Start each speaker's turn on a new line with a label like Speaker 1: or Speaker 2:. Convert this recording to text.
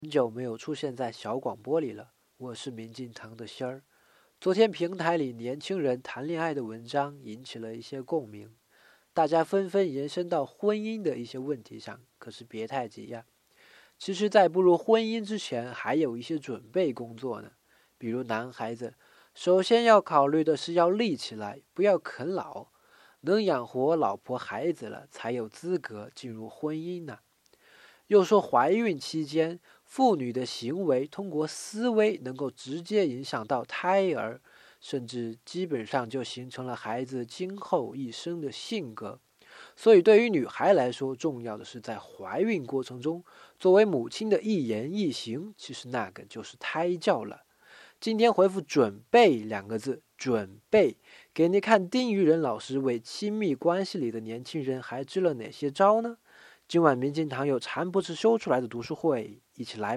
Speaker 1: 很久没有出现在小广播里了，我是民进堂的仙儿。昨天平台里年轻人谈恋爱的文章引起了一些共鸣，大家纷纷延伸到婚姻的一些问题上，可是别太急呀。其实，在步入婚姻之前，还有一些准备工作呢。比如男孩子，首先要考虑的是要立起来，不要啃老，能养活老婆孩子了，才有资格进入婚姻呢。又说怀孕期间，妇女的行为通过思维能够直接影响到胎儿，甚至基本上就形成了孩子今后一生的性格。所以对于女孩来说，重要的是在怀孕过程中，作为母亲的一言一行，其实那个就是胎教了。今天回复准备两个字，准备，给你看丁于仁老师为亲密关系里的年轻人还支了哪些招呢？今晚民进堂有禅博士修出来的读书会，一起来